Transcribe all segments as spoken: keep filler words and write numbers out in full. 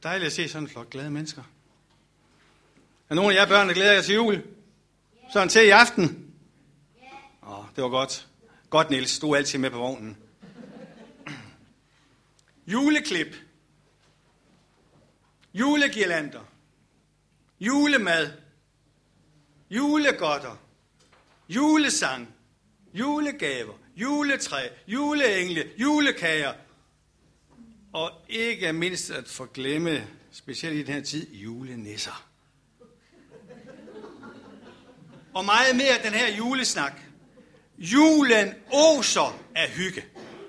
Dejligt at se sådan en flok glade mennesker. Er nogle af jer børn, der glæder jer til jul? Sådan til i aften? Åh, det var godt. Godt, Niels. Du er altid med på vognen. Juleklip. Julegirlander. Julemad. Julegodter. Julesang. Julegaver. Juletræ. Juleengle. Julekager. Og ikke mindst at forglemme, specielt i den her tid, julenisser. Og meget mere den her julesnak. Julen oser af hygge.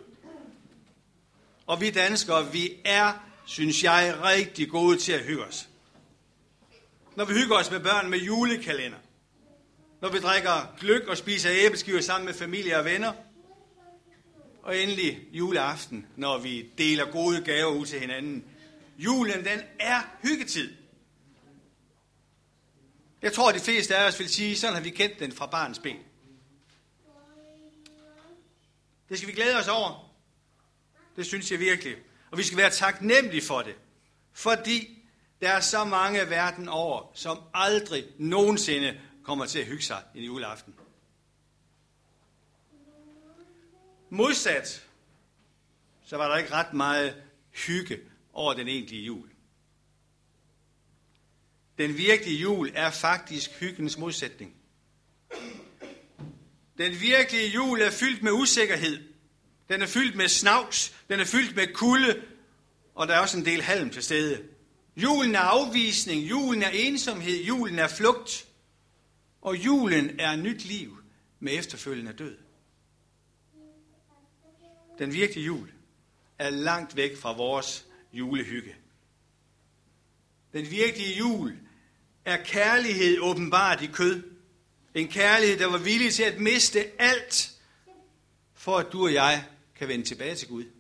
Og vi danskere, vi er, synes jeg, rigtig gode til at hygge os. Når vi hygger os med børn med julekalender. Når vi drikker gløgg og spiser æbleskiver sammen med familie og venner. Og endelig juleaften, når vi deler gode gaver ud til hinanden. Julen, den er hyggetid. Jeg tror, de fleste af os vil sige, sådan har vi kendt den fra barns ben. Det skal vi glæde os over. Det synes jeg virkelig. Og vi skal være taknemmelige for det. Fordi der er så mange verden over, som aldrig nogensinde kommer til at hygge sig i juleaften. Modsat, så var der ikke ret meget hygge over den egentlige jul. Den virkelige jul er faktisk hyggens modsætning. Den virkelige jul er fyldt med usikkerhed. Den er fyldt med snavs. Den er fyldt med kulde. Og der er også en del halm til stede. Julen er afvisning. Julen er ensomhed. Julen er flugt. Og julen er nyt liv med efterfølgende død. Den virkelige jul er langt væk fra vores julehygge. Den virkelige jul er kærlighed åbenbart i kød. En kærlighed, der var villig til at miste alt, for at du og jeg kan vende tilbage til Gud.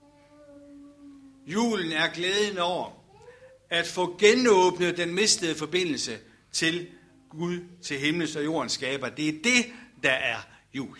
Julen er glæden over at få genåbnet den mistede forbindelse til Gud, til himlens og jordens skaber. Det er det, der er jul.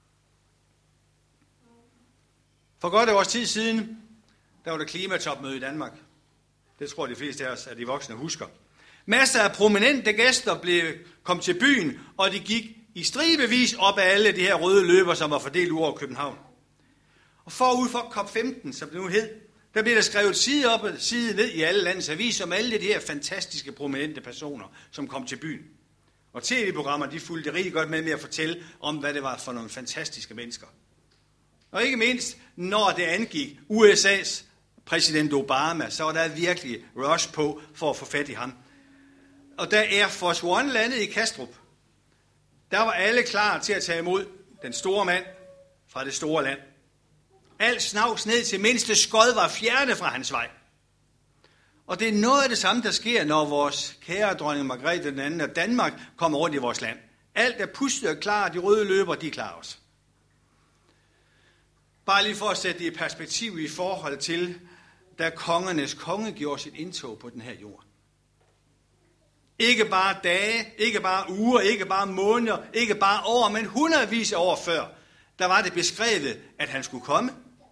For godt et års tid siden, der var der klimatopmøde i Danmark. Det tror de fleste af os, at de voksne husker. Masser af prominente gæster blev, kom til byen, og de gik i stribevis op af alle de her røde løber, som var fordelt ud over København. Og forud for C O P femten, som det nu hed, der blev der skrevet side op og side ned i alle landets aviser om alle de her fantastiske prominente personer, som kom til byen. Og tv-programmer, de fulgte rigtig godt med med at fortælle om, hvad det var for nogle fantastiske mennesker. Og ikke mindst, når det angik U S A's præsident Obama, så var der virkelig rush på for at få fat i ham. Og da Air Force One landede i Kastrup, der var alle klar til at tage imod den store mand fra det store land. Alt snavs ned til mindste skod var fjernet fra hans vej. Og det er noget af det samme, der sker, når vores kære dronning Margrethe den anden og Danmark kommer rundt i vores land. Alt er pustet og klar, de røde løber, de er klar også. Bare lige for at sætte det i perspektiv i forhold til, da kongernes konge gjorde sit indtog på den her jord. Ikke bare dage, ikke bare uger, ikke bare måneder, ikke bare år, men hundredvis af år før, der var det beskrevet, at han skulle komme.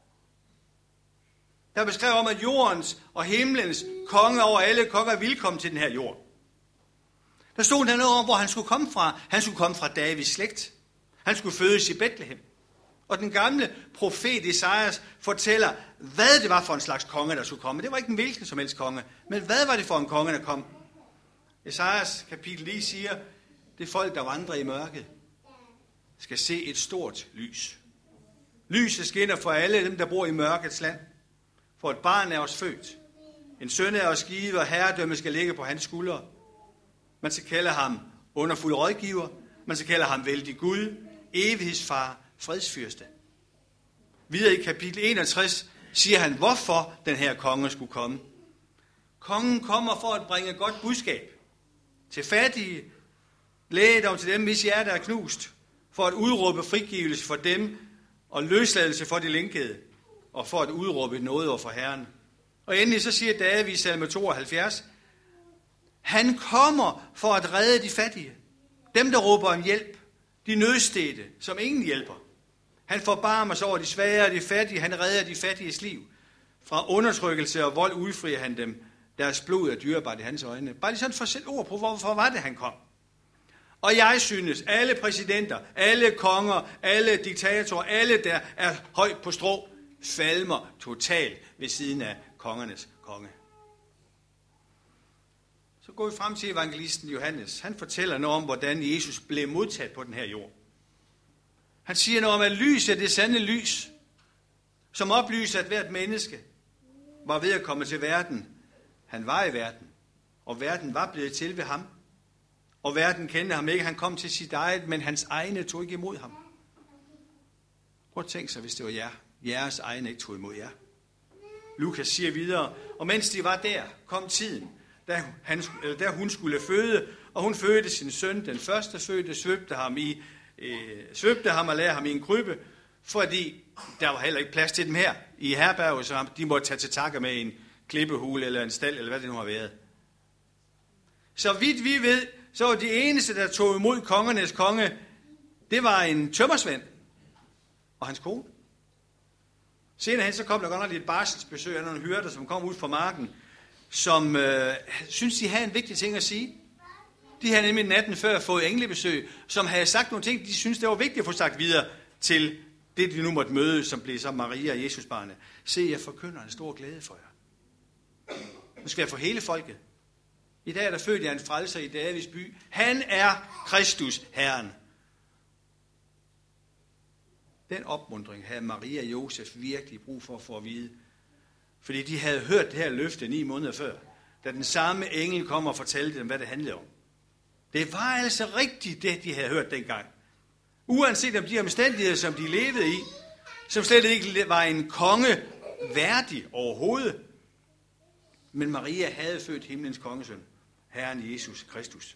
Der beskrev om, at jordens og himlens konge over alle konger ville komme til den her jord. Der stod der noget om, hvor han skulle komme fra. Han skulle komme fra Davids slægt. Han skulle fødes i Bethlehem. Og den gamle profet Esajas fortæller, hvad det var for en slags konge, der skulle komme. Det var ikke en hvilken som helst konge, men hvad var det for en konge, der kom? Esajas kapitel ni siger, det folk, der vandrer i mørket, skal se et stort lys. Lyset skinner for alle dem, der bor i mørkets land. For et barn er os født. En søn er os givet, og herredømme skal ligge på hans skuldre. Man skal kalde ham underfuld rådgiver. Man skal kalde ham vældig Gud, evighedsfar, fredsfyrste. Videre i kapitel enogtres siger han, hvorfor den her konge skulle komme. Kongen kommer for at bringe godt budskab til fattige, lægedom til dem, hvis hjerter er knust, for at udråbe frigivelse for dem og løsladelse for de lænkede, og for at udråbe noget over for Herren. Og endelig så siger David i salme tooghalvfjerds, han kommer for at redde de fattige, dem der råber om hjælp, de nødstedte, som ingen hjælper. Han forbarmer sig over de svage og de fattige, han redder de fattiges liv. Fra undertrykkelse og vold udfrier han dem, Deres blod er dyrebart i hans øjne. Bare lige sådan for selv ord på, hvorfor var det, han kom. Og jeg synes, alle præsidenter, alle konger, alle diktatorer, alle der er højt på strå, falmer totalt ved siden af kongernes konge. Så går vi frem til evangelisten Johannes. Han fortæller noget om, hvordan Jesus blev modtaget på den her jord. Han siger noget om, at lys er det sande lys, som oplyser, at hvert menneske var ved at komme til verden. Han var i verden, og verden var blevet til ved ham. Og verden kendte ham ikke. Han kom til sit eget, men hans egne tog ikke imod ham. Prøv at tænke sig, hvis det var jer. Jeres egne ikke tog imod jer. Lukas siger videre, og mens de var der, kom tiden, da, han, da hun skulle føde, og hun fødte sin søn, den første fødte, svøbte ham, i, øh, svøbte ham og lagde ham i en krybbe, fordi der var heller ikke plads til dem her i herberget, så de måtte tage til takke med en klippehule eller en stald, eller hvad det nu har været. Så vidt vi ved, så var de eneste, der tog imod kongernes konge, det var en tømmersvend og hans kone. Senere hen, så kom der godt nok lidt barselsbesøg af nogle hyrder, som kom ud fra marken, som øh, synes, de havde en vigtig ting at sige. De havde nemlig natten før fået englebesøg, som havde sagt nogle ting, de synes, det var vigtigt at få sagt videre til det, de nu måtte møde, som blev så Maria og Jesusbarnet. Se, jeg forkynder en stor glæde for jer. Nu skal jeg for hele folket. I dag er der født jeg en frelser i Davids by. Han er Kristus, Herren. Den opmuntring havde Maria og Josef virkelig brug for at få at vide. Fordi de havde hørt det her løfte ni måneder før, da den samme engel kom og fortalte dem, hvad det handlede om. Det var altså rigtigt, det de havde hørt dengang. Uanset om de omstændigheder, som de levede i, som slet ikke var en konge værdig overhovedet. Men Maria havde født himlens kongesøn, Herren Jesus Kristus.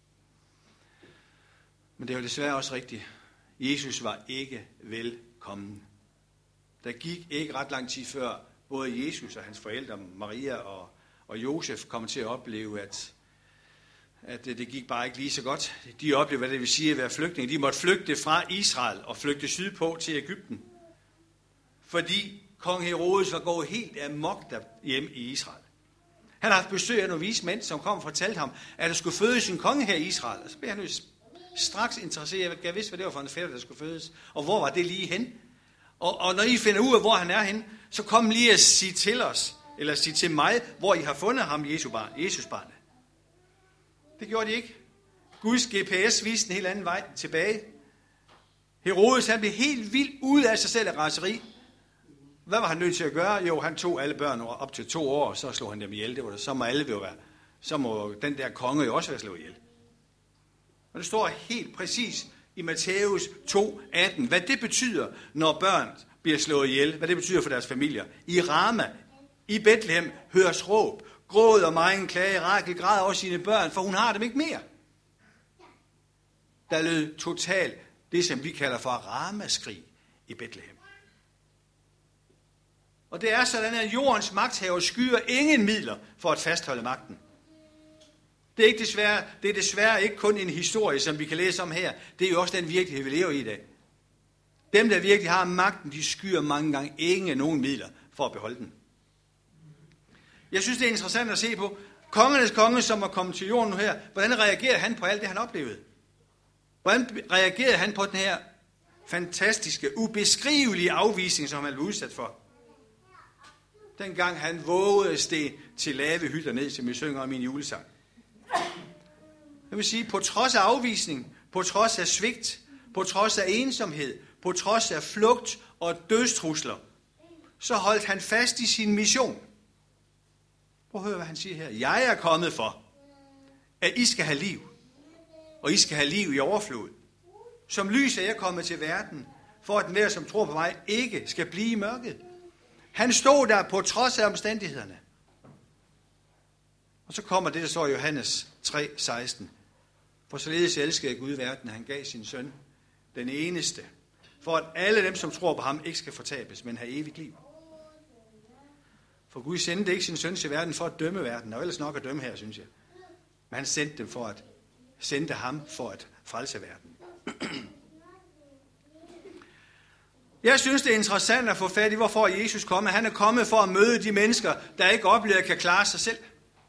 Men det var desværre også rigtigt. Jesus var ikke velkommen. Der gik ikke ret lang tid før både Jesus og hans forældre, Maria og, og Josef, kom til at opleve, at, at det gik bare ikke lige så godt. De oplevede, hvad det vil sige at være flygtninge. De måtte flygte fra Israel og flygte sydpå til Egypten. Fordi kong Herodes var gået helt amok der hjemme i Israel. Han har haft besøg af nogle vise mænd, som kom og fortalte ham, at der skulle fødes en konge her i Israel. Og så blev han jo straks interesseret. Jeg vidste, hvad det var for en fætter, der skulle fødes. Og hvor var det lige hen? Og, og når I finder ud af, hvor han er hen, så kom lige at sige til os, eller sige til mig, hvor I har fundet ham, Jesusbarnet. Det gjorde de ikke. Guds G P S viste en helt anden vej tilbage. Herodes, han blev helt vild ud af sig selv af raseri. Hvad var han nødt til at gøre? Jo, han tog alle børn op til to år, og så slog han dem ihjel. Det var det. Så må alle jo være. Så må den der konge jo også være slået ihjel. Og det står helt præcis i Matthæus to atten, hvad det betyder, når børn bliver slået ihjel. Hvad det betyder for deres familier. I Rama, i Bethlehem, høres råb. Gråd og megen klage. Rakel græder over sine børn, for hun har dem ikke mere. Der lød totalt det, som vi kalder for ramaskrig i Bethlehem. Og det er sådan, at jordens magthaver skyer ingen midler for at fastholde magten. Det er, ikke desværre, det er desværre ikke kun en historie, som vi kan læse om her. Det er jo også den virkelighed, vi lever i i dag. Dem, der virkelig har magten, de skyer mange gange ingen nogen midler for at beholde den. Jeg synes, det er interessant at se på kongernes konge, som er kommet til jorden nu her. Hvordan reagerede han på alt det, han oplevede? Hvordan reagerede han på den her fantastiske, ubeskrivelige afvisning, som han blev udsat for? Dengang han vågede sted til lave hytter ned, som vi synger om i en julesang. Jeg vil sige, på trods af afvisning, på trods af svigt, på trods af ensomhed, på trods af flugt og dødstrusler, så holdt han fast i sin mission. Prøv at høre, hvad han siger her. Jeg er kommet for, at I skal have liv, og I skal have liv i overflod. Som lys er jeg kommet til verden, for at enhver, som tror på mig, ikke skal blive i mørket. Han stod der på trods af omstændighederne. Og så kommer det, der står i Johannes tre seksten. For således elskede Gud verden, at han gav sin søn, den eneste, for at alle dem, som tror på ham, ikke skal fortabes, men have evigt liv. For Gud sendte ikke sin søn til verden for at dømme verden, og ellers nok at dømme her, synes jeg. Men han sendte dem for at sendte ham for at frelse verden. Jeg synes, det er interessant at få fat i, hvorfor Jesus kommer. Han er kommet for at møde de mennesker, der ikke oplever at kan klare sig selv.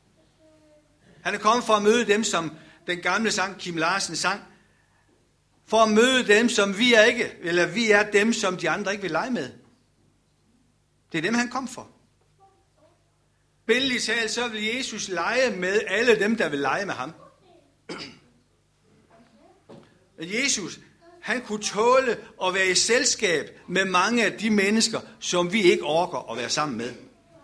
Han er kommet for at møde dem, som den gamle sang Kim Larsen sang. For at møde dem, som vi er ikke, eller vi er dem, som de andre ikke vil lege med. Det er dem, han kom for. Billedligt talt, så vil Jesus lege med alle dem, der vil lege med ham. Jesus, han kunne tåle at være i selskab med mange af de mennesker, som vi ikke orker at være sammen med.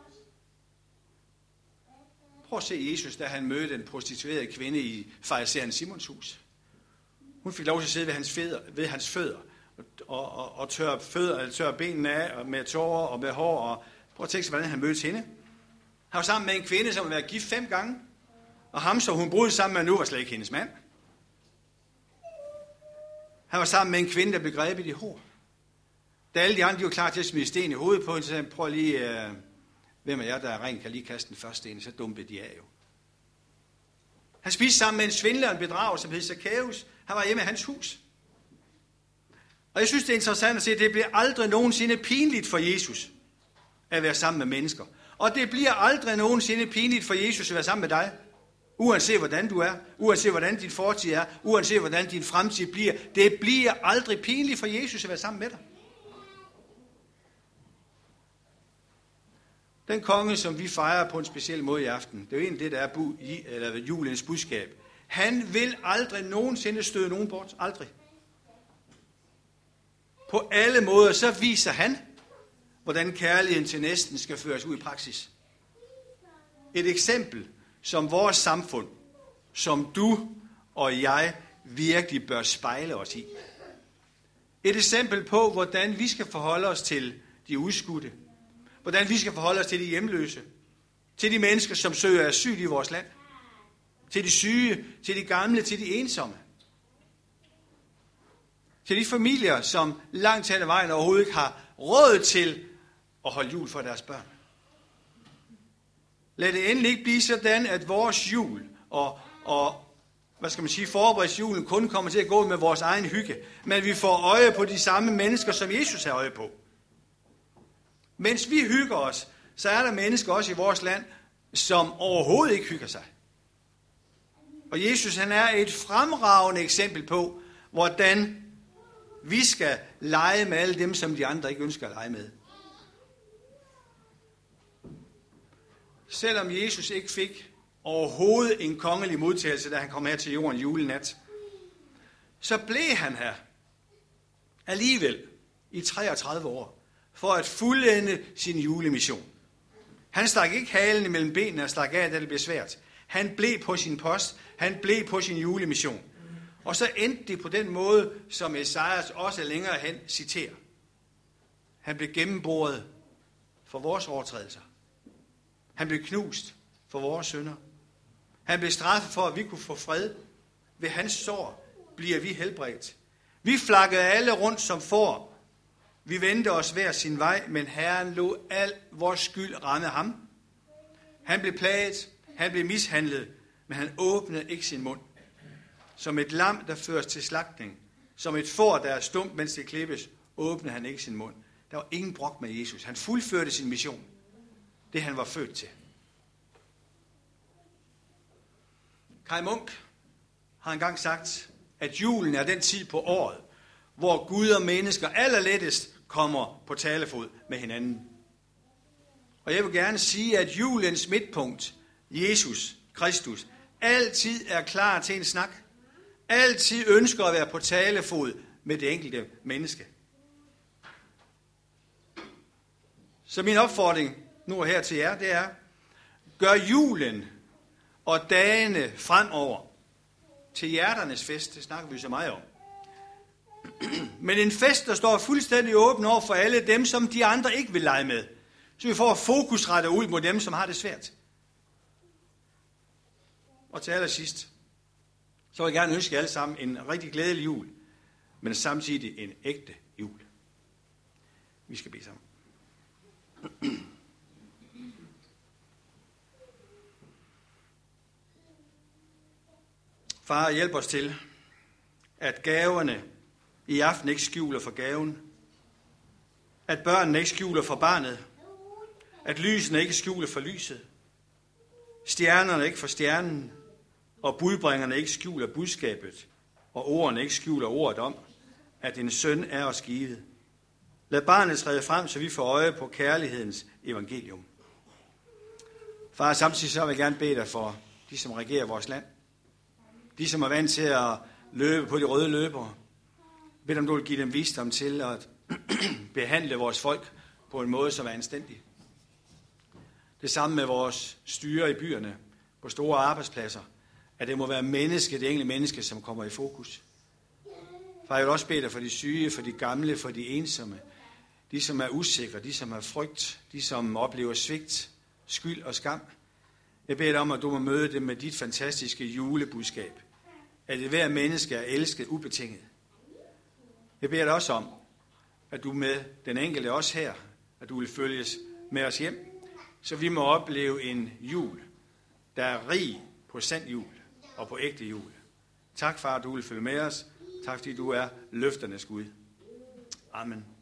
Prøv at se Jesus, da han mødte den prostituerede kvinde i farisæeren Simons hus. Hun fik lov til at sidde ved hans fødder, ved hans fødder og, og, og tørre, fødder, eller tørre benene af og med tårer og med hår. Og prøv at tænke sig, hvordan han mødte hende. Han var sammen med en kvinde, som havde været gift fem gange. Og ham, som hun boede sammen med nu, var slet ikke hendes mand. Han var sammen med en kvinde, der blev grebet i hår. Da alle de andre de var klar til at smide sten i hovedet på hende, så sagde han, prøv lige, øh, hvem af jer, der er ren, kan lige kaste den første sten, så dumpede de af jo. Han spiste sammen med en svindler og en bedrager, som hed Zacchaeus. Han var hjemme i hans hus. Og jeg synes, det er interessant at se, at det bliver aldrig nogensinde pinligt for Jesus at være sammen med mennesker. Og det bliver aldrig nogensinde pinligt for Jesus at være sammen med dig. Uanset hvordan du er, uanset hvordan din fortid er, uanset hvordan din fremtid bliver. Det bliver aldrig pinligt for Jesus at være sammen med dig. Den konge, som vi fejrer på en speciel måde i aften, det er jo egentlig det, der er bu- i, eller julens budskab. Han vil aldrig nogensinde støde nogen bort. Aldrig. På alle måder, så viser han, hvordan kærligheden til næsten skal føres ud i praksis. Et eksempel, som vores samfund, som du og jeg virkelig bør spejle os i. Et eksempel på, hvordan vi skal forholde os til de udskudte. Hvordan vi skal forholde os til de hjemløse. Til de mennesker, som søger asyl i vores land. Til de syge, til de gamle, til de ensomme. Til de familier, som langt hen ad vejen overhovedet ikke har råd til at holde jul for deres børn. Lad det endelig ikke blive sådan, at vores jul og, og hvad skal man sige, forberedelsesjulen kun kommer til at gå med vores egen hygge, men vi får øje på de samme mennesker, som Jesus har øje på. Mens vi hygger os, så er der mennesker også i vores land, som overhovedet ikke hygger sig. Og Jesus, han er et fremragende eksempel på, hvordan vi skal lege med alle dem, som de andre ikke ønsker at lege med. Selvom Jesus ikke fik overhovedet en kongelig modtagelse, da han kom her til jorden julenat, så blev han her alligevel i treogtredive år for at fuldende sin julemission. Han stak ikke halen imellem benene og stak af, da det blev svært. Han blev på sin post, han blev på sin julemission. Og så endte det på den måde, som Esajas også længere hen citerer. Han blev gennemboret for vores overtrædelser. Han blev knust for vores synder. Han blev straffet for, at vi kunne få fred. Ved hans sår bliver vi helbredt. Vi flakkede alle rundt som får. Vi vendte os hver sin vej, men Herren lod al vores skyld ramme ham. Han blev plaget, han blev mishandlet, men han åbnede ikke sin mund. Som et lam, der føres til slagtning, som et får, der er stumt, mens det klippes, åbnede han ikke sin mund. Der var ingen brok med Jesus. Han fuldførte sin mission. Det han var født til. Kai Munk har engang sagt, at julen er den tid på året, hvor Gud og mennesker allerlettest kommer på talefod med hinanden. Og jeg vil gerne sige, at julens midtpunkt, Jesus Kristus, altid er klar til en snak. Altid ønsker at være på talefod med det enkelte menneske. Så min opfordring nu og her til jer, det er, gør julen og dagene fremover til hjerternes fest. Det snakker vi så meget om. Men en fest, der står fuldstændig åben over for alle dem, som de andre ikke vil lege med. Så vi får fokus rettet ud mod dem, som har det svært. Og til allersidst, så vil jeg gerne ønske jer alle sammen en rigtig glædelig jul, men samtidig en ægte jul. Vi skal bede sammen. Far, hjælp os til, at gaverne i aften ikke skjuler for gaven, at børnene ikke skjuler for barnet, at lysene ikke skjuler for lyset, stjernerne ikke for stjernen, og budbringerne ikke skjuler budskabet, og ordene ikke skjuler ordet om, at en søn er os givet. Lad barnet træde frem, så vi får øje på kærlighedens evangelium. Far, samtidig så vil jeg gerne bede dig for de, som regerer vores land. De, som er vant til at løbe på de røde løbere. Bed om du vil give dem visdom til at behandle vores folk på en måde, som er anstændig. Det samme med vores styre i byerne, på store arbejdspladser, at det må være menneske, det enkelte menneske, som kommer i fokus. Far, jeg vil også bede dig for de syge, for de gamle, for de ensomme, de som er usikre, de som har frygt, de som oplever svigt, skyld og skam. Jeg beder dig om, at du må møde dem med dit fantastiske julebudskab, at det hver menneske er elsket ubetinget. Jeg beder dig også om, at du med den enkelte også her, at du vil følges med os hjem, så vi må opleve en jul, der er rig på sand jul og på ægte jul. Tak, far, at du vil følge med os. Tak, fordi du er løfternes Gud. Amen.